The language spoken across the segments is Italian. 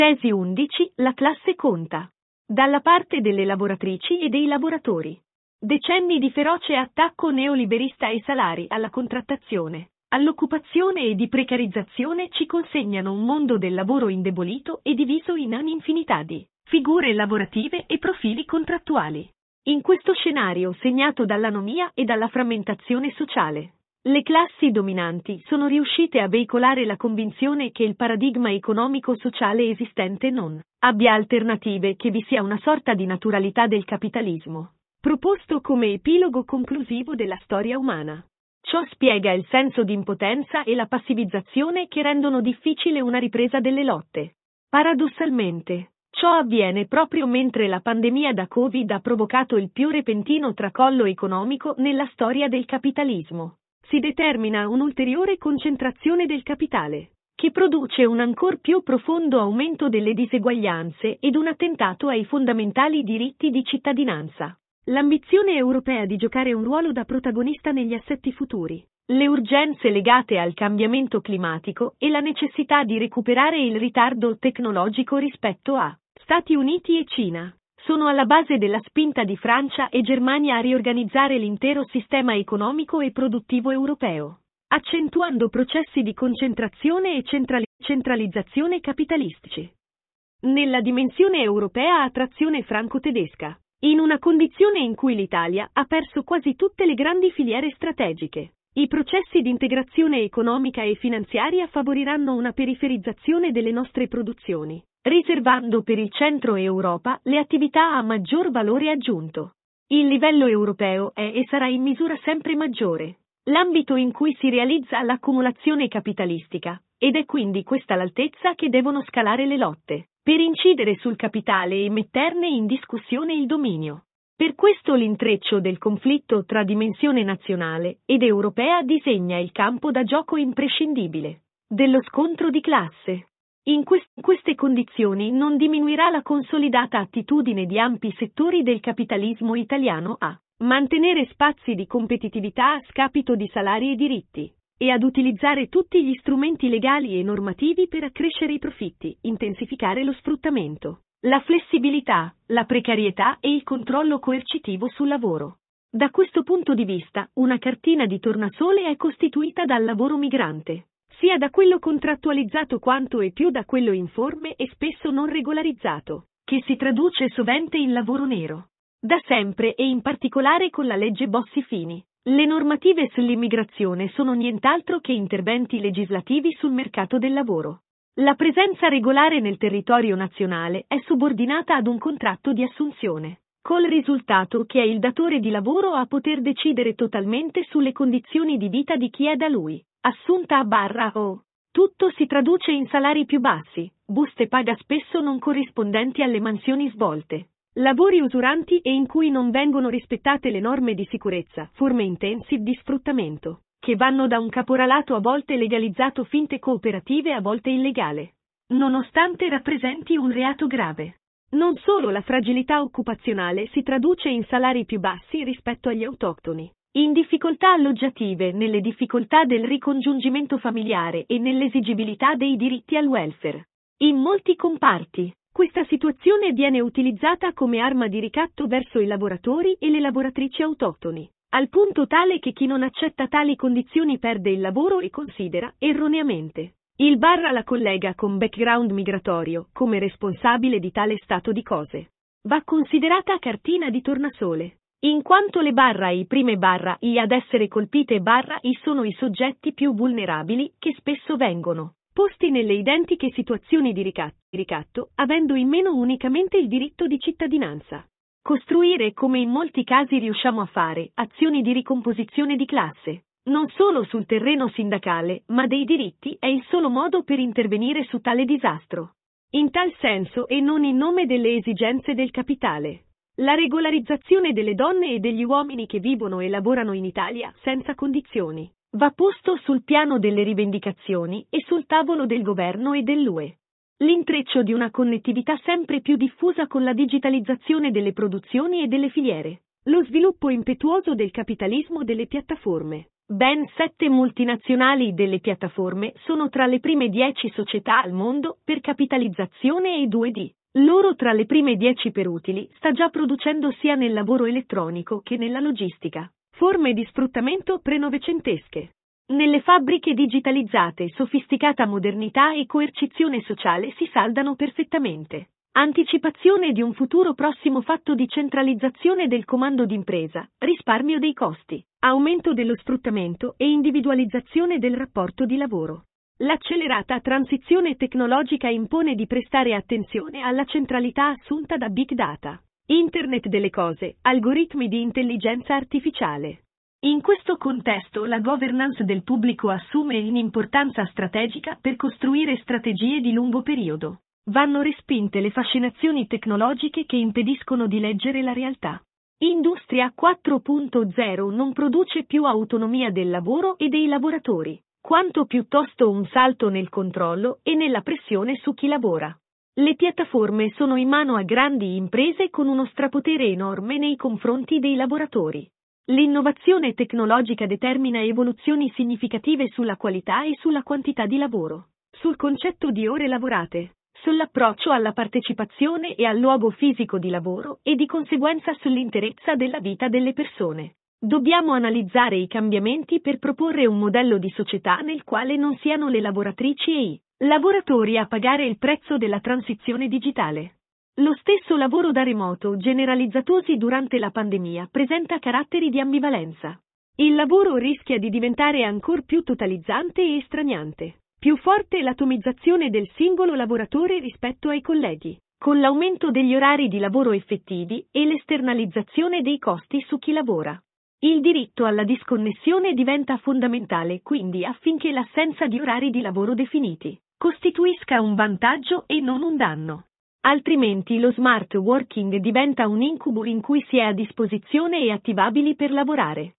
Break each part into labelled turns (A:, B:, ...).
A: Tesi 11. La classe conta. Dalla parte delle lavoratrici e dei lavoratori. Decenni di feroce attacco neoliberista ai salari, alla contrattazione, all'occupazione e di precarizzazione ci consegnano un mondo del lavoro indebolito e diviso in un'infinità di figure lavorative e profili contrattuali. In questo scenario segnato dall'anomia e dalla frammentazione sociale, le classi dominanti sono riuscite a veicolare la convinzione che il paradigma economico-sociale esistente non abbia alternative, che vi sia una sorta di naturalità del capitalismo, proposto come epilogo conclusivo della storia umana. Ciò spiega il senso di impotenza e la passivizzazione che rendono difficile una ripresa delle lotte. Paradossalmente, ciò avviene proprio mentre la pandemia da Covid ha provocato il più repentino tracollo economico nella storia del capitalismo. Si determina un'ulteriore concentrazione del capitale, che produce un ancor più profondo aumento delle diseguaglianze ed un attentato ai fondamentali diritti di cittadinanza. L'ambizione europea di giocare un ruolo da protagonista negli assetti futuri, le urgenze legate al cambiamento climatico e la necessità di recuperare il ritardo tecnologico rispetto a Stati Uniti e Cina sono alla base della spinta di Francia e Germania a riorganizzare l'intero sistema economico e produttivo europeo, accentuando processi di concentrazione e centralizzazione capitalistici. Nella dimensione europea a trazione franco-tedesca, in una condizione in cui l'Italia ha perso quasi tutte le grandi filiere strategiche, i processi di integrazione economica e finanziaria favoriranno una periferizzazione delle nostre produzioni, riservando per il centro Europa le attività a maggior valore aggiunto. Il livello europeo è e sarà in misura sempre maggiore l'ambito in cui si realizza l'accumulazione capitalistica, ed è quindi questa l'altezza che devono scalare le lotte, per incidere sul capitale e metterne in discussione il dominio. Per questo l'intreccio del conflitto tra dimensione nazionale ed europea disegna il campo da gioco imprescindibile dello scontro di classe. In queste condizioni non diminuirà la consolidata attitudine di ampi settori del capitalismo italiano a mantenere spazi di competitività a scapito di salari e diritti, e ad utilizzare tutti gli strumenti legali e normativi per accrescere i profitti, intensificare lo sfruttamento, la flessibilità, la precarietà e il controllo coercitivo sul lavoro. Da questo punto di vista, una cartina di tornasole è costituita dal lavoro migrante, sia da quello contrattualizzato quanto e più da quello informe e spesso non regolarizzato, che si traduce sovente in lavoro nero. Da sempre e in particolare con la legge Bossi-Fini, le normative sull'immigrazione sono nient'altro che interventi legislativi sul mercato del lavoro. La presenza regolare nel territorio nazionale è subordinata ad un contratto di assunzione, col risultato che è il datore di lavoro a poter decidere totalmente sulle condizioni di vita di chi è da lui assunta o. Tutto si traduce in salari più bassi, buste paga spesso non corrispondenti alle mansioni svolte, lavori usuranti e in cui non vengono rispettate le norme di sicurezza, forme intensive di sfruttamento, che vanno da un caporalato a volte legalizzato, finte cooperative a volte illegale, nonostante rappresenti un reato grave. Non solo la fragilità occupazionale si traduce in salari più bassi rispetto agli autoctoni, in difficoltà alloggiative, nelle difficoltà del ricongiungimento familiare e nell'esigibilità dei diritti al welfare. In molti comparti, questa situazione viene utilizzata come arma di ricatto verso i lavoratori e le lavoratrici autoctoni, al punto tale che chi non accetta tali condizioni perde il lavoro e considera, erroneamente, la collega con background migratorio come responsabile di tale stato di cose. Va considerata cartina di tornasole, in quanto le I prime I ad essere colpite I sono i soggetti più vulnerabili che spesso vengono posti nelle identiche situazioni di ricatto, avendo in meno unicamente il diritto di cittadinanza. Costruire, come in molti casi riusciamo a fare, azioni di ricomposizione di classe, non solo sul terreno sindacale, ma dei diritti, è il solo modo per intervenire su tale disastro. In tal senso e non in nome delle esigenze del capitale, la regolarizzazione delle donne e degli uomini che vivono e lavorano in Italia senza condizioni va posto sul piano delle rivendicazioni e sul tavolo del governo e dell'UE. L'intreccio di una connettività sempre più diffusa con la digitalizzazione delle produzioni e delle filiere, lo sviluppo impetuoso del capitalismo delle piattaforme, Ben 7 multinazionali delle piattaforme sono tra le prime 10 società al mondo per capitalizzazione e 2 di loro tra le prime 10 per utili sta già producendo sia nel lavoro elettronico che nella logistica. Forme di sfruttamento pre-novecentesche. Nelle fabbriche digitalizzate, sofisticata modernità e coercizione sociale si saldano perfettamente. Anticipazione di un futuro prossimo fatto di centralizzazione del comando d'impresa, risparmio dei costi, aumento dello sfruttamento e individualizzazione del rapporto di lavoro. L'accelerata transizione tecnologica impone di prestare attenzione alla centralità assunta da Big Data, Internet delle cose, algoritmi di intelligenza artificiale. In questo contesto la governance del pubblico assume un'importanza strategica per costruire strategie di lungo periodo. Vanno respinte le fascinazioni tecnologiche che impediscono di leggere la realtà. Industria 4.0 non produce più autonomia del lavoro e dei lavoratori, quanto piuttosto un salto nel controllo e nella pressione su chi lavora. Le piattaforme sono in mano a grandi imprese con uno strapotere enorme nei confronti dei lavoratori. L'innovazione tecnologica determina evoluzioni significative sulla qualità e sulla quantità di lavoro, sul concetto di ore lavorate, sull'approccio alla partecipazione e al luogo fisico di lavoro e di conseguenza sull'interezza della vita delle persone. Dobbiamo analizzare i cambiamenti per proporre un modello di società nel quale non siano le lavoratrici e i lavoratori a pagare il prezzo della transizione digitale. Lo stesso lavoro da remoto, generalizzatosi durante la pandemia, presenta caratteri di ambivalenza. Il lavoro rischia di diventare ancor più totalizzante e estraniante. Più forte l'atomizzazione del singolo lavoratore rispetto ai colleghi, con l'aumento degli orari di lavoro effettivi e l'esternalizzazione dei costi su chi lavora. Il diritto alla disconnessione diventa fondamentale, quindi, affinché l'assenza di orari di lavoro definiti costituisca un vantaggio e non un danno. Altrimenti lo smart working diventa un incubo in cui si è a disposizione e attivabili per lavorare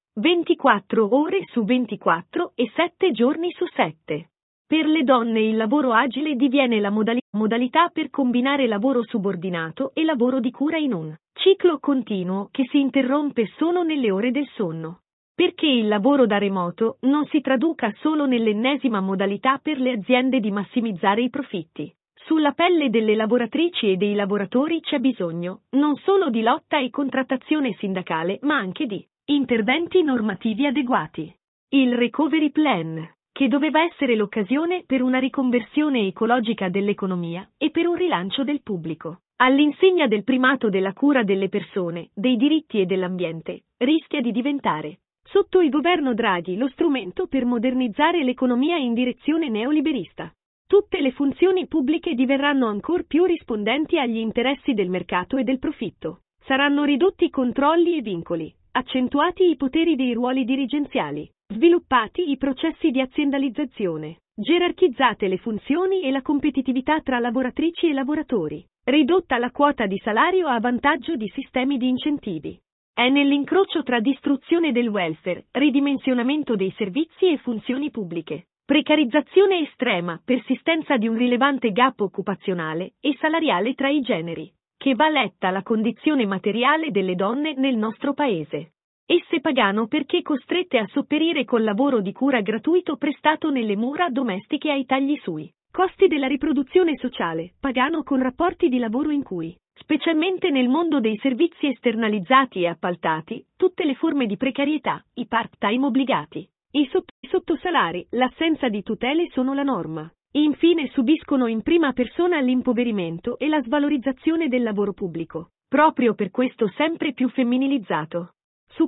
A: 24 ore su 24 e 7 giorni su 7. Per le donne il lavoro agile diviene la modalità per combinare lavoro subordinato e lavoro di cura in un ciclo continuo che si interrompe solo nelle ore del sonno. Perché il lavoro da remoto non si traduca solo nell'ennesima modalità per le aziende di massimizzare i profitti. Sulla pelle delle lavoratrici e dei lavoratori c'è bisogno non solo di lotta e contrattazione sindacale, ma anche di interventi normativi adeguati. Il Recovery Plan, che doveva essere l'occasione per una riconversione ecologica dell'economia e per un rilancio del pubblico, all'insegna del primato della cura delle persone, dei diritti e dell'ambiente, rischia di diventare, sotto il governo Draghi, lo strumento per modernizzare l'economia in direzione neoliberista. Tutte le funzioni pubbliche diverranno ancor più rispondenti agli interessi del mercato e del profitto. Saranno ridotti controlli e vincoli, accentuati i poteri dei ruoli dirigenziali, sviluppati i processi di aziendalizzazione, gerarchizzate le funzioni e la competitività tra lavoratrici e lavoratori, ridotta la quota di salario a vantaggio di sistemi di incentivi. È nell'incrocio tra distruzione del welfare, ridimensionamento dei servizi e funzioni pubbliche, precarizzazione estrema, persistenza di un rilevante gap occupazionale e salariale tra i generi, che va letta la condizione materiale delle donne nel nostro paese. Esse pagano perché costrette a sopperire col lavoro di cura gratuito prestato nelle mura domestiche ai tagli sui costi della riproduzione sociale, pagano con rapporti di lavoro in cui, specialmente nel mondo dei servizi esternalizzati e appaltati, tutte le forme di precarietà, i part-time obbligati, i sottosalari, l'assenza di tutele sono la norma. Infine subiscono in prima persona l'impoverimento e la svalorizzazione del lavoro pubblico, proprio per questo sempre più femminilizzato. Su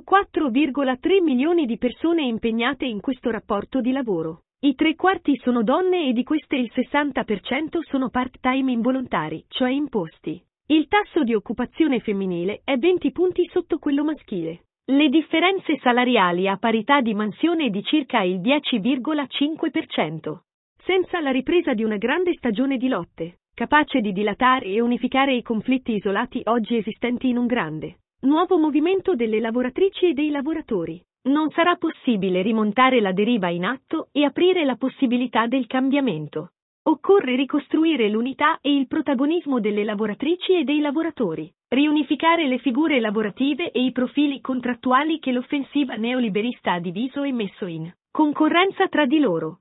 A: 4,3 milioni di persone impegnate in questo rapporto di lavoro, i 3/4 sono donne e di queste il 60% sono part-time involontari, cioè imposti. Il tasso di occupazione femminile è 20 punti sotto quello maschile. Le differenze salariali a parità di mansione di circa il 10,5%. Senza la ripresa di una grande stagione di lotte, capace di dilatare e unificare i conflitti isolati oggi esistenti in un grande, nuovo movimento delle lavoratrici e dei lavoratori, non sarà possibile rimontare la deriva in atto e aprire la possibilità del cambiamento. Occorre ricostruire l'unità e il protagonismo delle lavoratrici e dei lavoratori, riunificare le figure lavorative e i profili contrattuali che l'offensiva neoliberista ha diviso e messo in concorrenza tra di loro,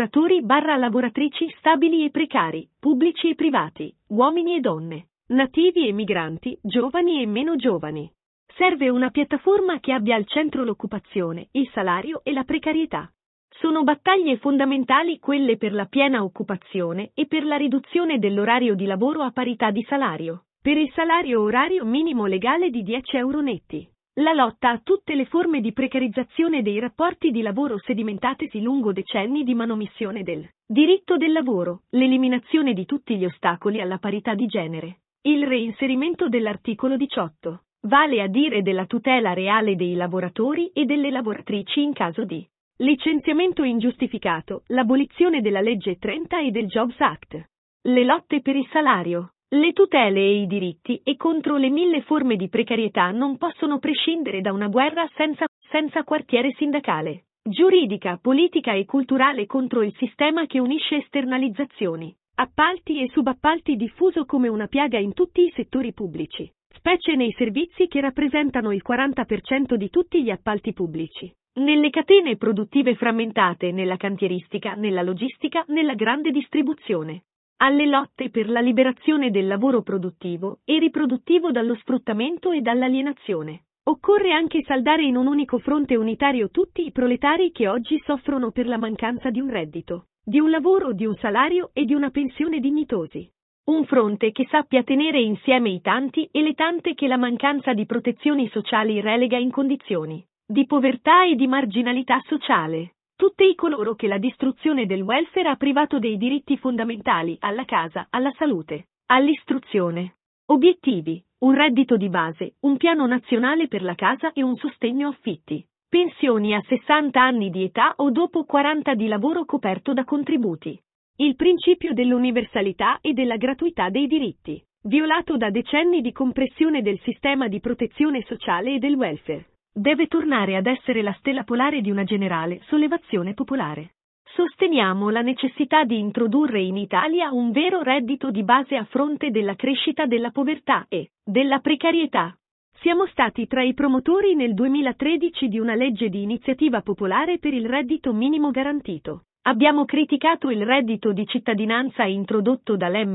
A: lavoratori/lavoratrici stabili e precari, pubblici e privati, uomini e donne, nativi e migranti, giovani e meno giovani. Serve una piattaforma che abbia al centro l'occupazione, il salario e la precarietà. Sono battaglie fondamentali quelle per la piena occupazione e per la riduzione dell'orario di lavoro a parità di salario, per il salario orario minimo legale di 10 euro netti. La lotta a tutte le forme di precarizzazione dei rapporti di lavoro sedimentatesi lungo decenni di manomissione del diritto del lavoro, l'eliminazione di tutti gli ostacoli alla parità di genere, il reinserimento dell'articolo 18, vale a dire della tutela reale dei lavoratori e delle lavoratrici in caso di licenziamento ingiustificato, l'abolizione della legge 30 e del Jobs Act, le lotte per il salario, le tutele e i diritti e contro le 1000 forme di precarietà non possono prescindere da una guerra senza quartiere sindacale, giuridica, politica e culturale contro il sistema che unisce esternalizzazioni, appalti e subappalti diffuso come una piaga in tutti i settori pubblici, specie nei servizi che rappresentano il 40% di tutti gli appalti pubblici, nelle catene produttive frammentate, nella cantieristica, nella logistica, nella grande distribuzione. Alle lotte per la liberazione del lavoro produttivo e riproduttivo dallo sfruttamento e dall'alienazione. Occorre anche saldare in un unico fronte unitario tutti i proletari che oggi soffrono per la mancanza di un reddito, di un lavoro, di un salario e di una pensione dignitosi. Un fronte che sappia tenere insieme i tanti e le tante che la mancanza di protezioni sociali relega in condizioni di povertà e di marginalità sociale. Tutti coloro che la distruzione del welfare ha privato dei diritti fondamentali alla casa, alla salute, all'istruzione. Obiettivi: un reddito di base, un piano nazionale per la casa e un sostegno affitti. Pensioni a 60 anni di età o dopo 40 di lavoro coperto da contributi. Il principio dell'universalità e della gratuità dei diritti, violato da decenni di compressione del sistema di protezione sociale e del welfare, deve tornare ad essere la stella polare di una generale sollevazione popolare. Sosteniamo la necessità di introdurre in Italia un vero reddito di base a fronte della crescita della povertà e della precarietà. Siamo stati tra i promotori nel 2013 di una legge di iniziativa popolare per il reddito minimo garantito. Abbiamo criticato il reddito di cittadinanza introdotto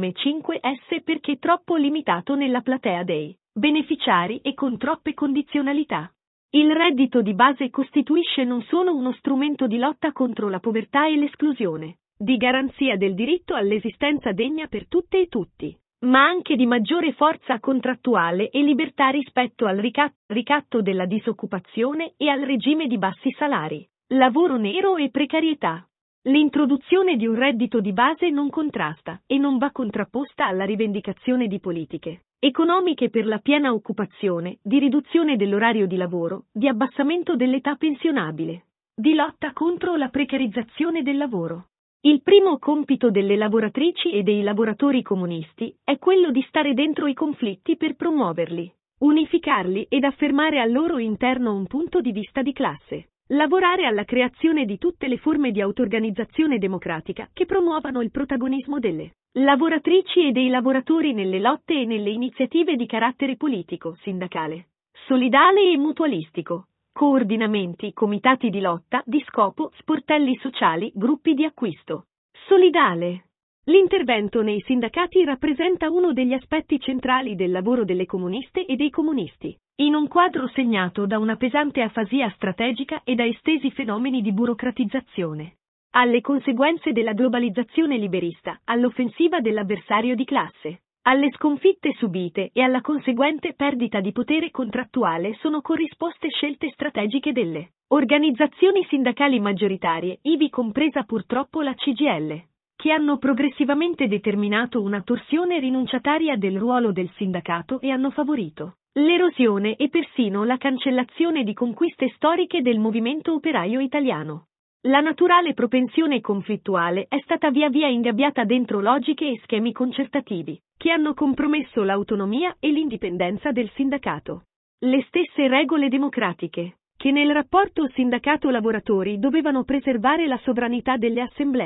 A: dall'M5S perché troppo limitato nella platea dei beneficiari e con troppe condizionalità. Il reddito di base costituisce non solo uno strumento di lotta contro la povertà e l'esclusione, di garanzia del diritto all'esistenza degna per tutte e tutti, ma anche di maggiore forza contrattuale e libertà rispetto al ricatto della disoccupazione e al regime di bassi salari, lavoro nero e precarietà. L'introduzione di un reddito di base non contrasta e non va contrapposta alla rivendicazione di politiche economiche per la piena occupazione, di riduzione dell'orario di lavoro, di abbassamento dell'età pensionabile, di lotta contro la precarizzazione del lavoro. Il primo compito delle lavoratrici e dei lavoratori comunisti è quello di stare dentro i conflitti per promuoverli, unificarli ed affermare al loro interno un punto di vista di classe. Lavorare alla creazione di tutte le forme di autorganizzazione democratica che promuovano il protagonismo delle lavoratrici e dei lavoratori nelle lotte e nelle iniziative di carattere politico, sindacale, solidale e mutualistico, coordinamenti, comitati di lotta, di scopo, sportelli sociali, gruppi di acquisto. Solidale. L'intervento nei sindacati rappresenta uno degli aspetti centrali del lavoro delle comuniste e dei comunisti, in un quadro segnato da una pesante afasia strategica e da estesi fenomeni di burocratizzazione. Alle conseguenze della globalizzazione liberista, all'offensiva dell'avversario di classe, alle sconfitte subite e alla conseguente perdita di potere contrattuale sono corrisposte scelte strategiche delle organizzazioni sindacali maggioritarie, ivi compresa purtroppo la CGIL, che hanno progressivamente determinato una torsione rinunciataria del ruolo del sindacato e hanno favorito l'erosione e persino la cancellazione di conquiste storiche del movimento operaio italiano. La naturale propensione conflittuale è stata via via ingabbiata dentro logiche e schemi concertativi, che hanno compromesso l'autonomia e l'indipendenza del sindacato. Le stesse regole democratiche, che nel rapporto sindacato-lavoratori dovevano preservare la sovranità delle assemblee,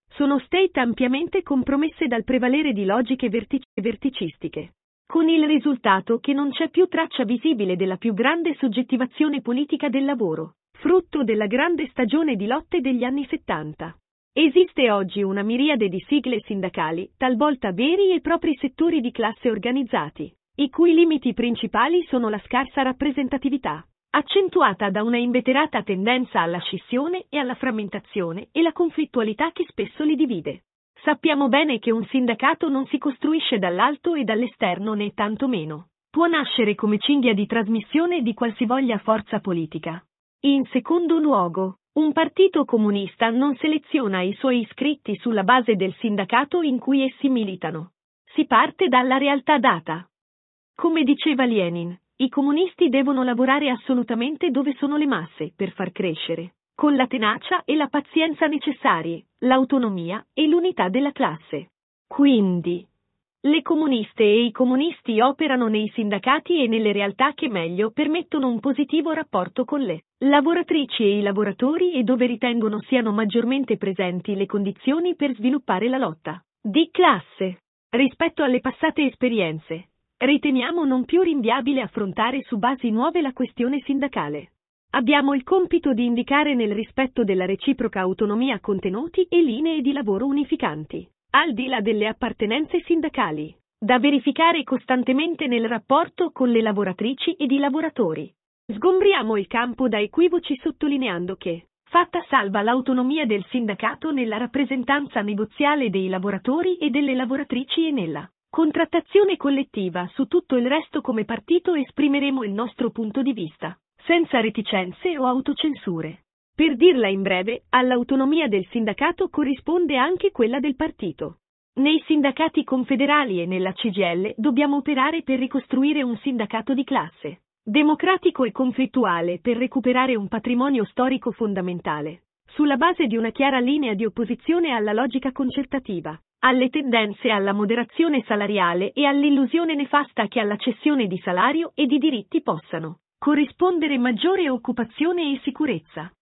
A: sono state ampiamente compromesse dal prevalere di logiche verticistiche, con il risultato che non c'è più traccia visibile della più grande soggettivazione politica del lavoro, frutto della grande stagione di lotte degli anni 70. Esiste oggi una miriade di sigle sindacali, talvolta veri e propri settori di classe organizzati, i cui limiti principali sono la scarsa rappresentatività, accentuata da una inveterata tendenza alla scissione e alla frammentazione e la conflittualità che spesso li divide. Sappiamo bene che un sindacato non si costruisce dall'alto e dall'esterno né tanto meno può nascere come cinghia di trasmissione di qualsivoglia forza politica. In secondo luogo, un partito comunista non seleziona i suoi iscritti sulla base del sindacato in cui essi militano. Si parte dalla realtà data. Come diceva Lenin, i comunisti devono lavorare assolutamente dove sono le masse per far crescere, con la tenacia e la pazienza necessarie, l'autonomia e l'unità della classe. Quindi, le comuniste e i comunisti operano nei sindacati e nelle realtà che meglio permettono un positivo rapporto con le lavoratrici e i lavoratori e dove ritengono siano maggiormente presenti le condizioni per sviluppare la lotta di classe. Rispetto alle passate esperienze, riteniamo non più rinviabile affrontare su basi nuove la questione sindacale. Abbiamo il compito di indicare nel rispetto della reciproca autonomia contenuti e linee di lavoro unificanti, al di là delle appartenenze sindacali, da verificare costantemente nel rapporto con le lavoratrici ed i lavoratori. Sgombriamo il campo da equivoci sottolineando che, fatta salva l'autonomia del sindacato nella rappresentanza negoziale dei lavoratori e delle lavoratrici e nella contrattazione collettiva, su tutto il resto come partito esprimeremo il nostro punto di vista, senza reticenze o autocensure. Per dirla in breve, all'autonomia del sindacato corrisponde anche quella del partito. Nei sindacati confederali e nella CGIL dobbiamo operare per ricostruire un sindacato di classe, democratico e conflittuale per recuperare un patrimonio storico fondamentale, sulla base di una chiara linea di opposizione alla logica concertativa, alle tendenze alla moderazione salariale e all'illusione nefasta che alla cessione di salario e di diritti possano corrispondere maggiore occupazione e sicurezza.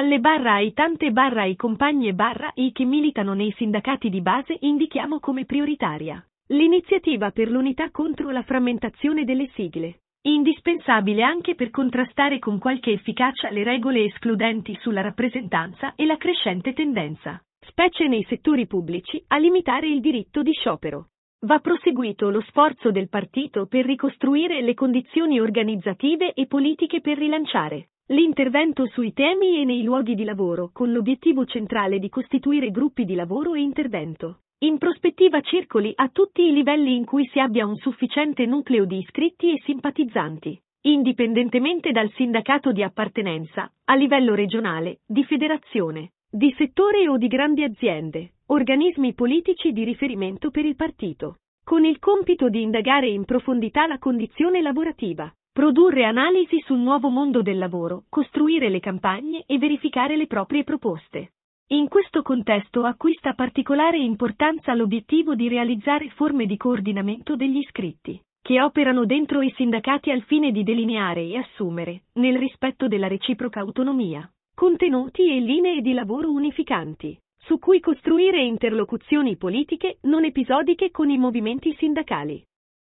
A: Ai tante ai compagni e i che militano nei sindacati di base indichiamo come prioritaria l'iniziativa per l'unità contro la frammentazione delle sigle, indispensabile anche per contrastare con qualche efficacia le regole escludenti sulla rappresentanza e la crescente tendenza, specie nei settori pubblici, a limitare il diritto di sciopero. Va proseguito lo sforzo del partito per ricostruire le condizioni organizzative e politiche per rilanciare l'intervento sui temi e nei luoghi di lavoro, con l'obiettivo centrale di costituire gruppi di lavoro e intervento. In prospettiva circoli a tutti i livelli in cui si abbia un sufficiente nucleo di iscritti e simpatizzanti, indipendentemente dal sindacato di appartenenza, a livello regionale, di federazione, di settore o di grandi aziende, organismi politici di riferimento per il partito, con il compito di indagare in profondità la condizione lavorativa, produrre analisi sul nuovo mondo del lavoro, costruire le campagne e verificare le proprie proposte. In questo contesto acquista particolare importanza l'obiettivo di realizzare forme di coordinamento degli iscritti, che operano dentro i sindacati al fine di delineare e assumere, nel rispetto della reciproca autonomia, contenuti e linee di lavoro unificanti, su cui costruire interlocuzioni politiche non episodiche con i movimenti sindacali.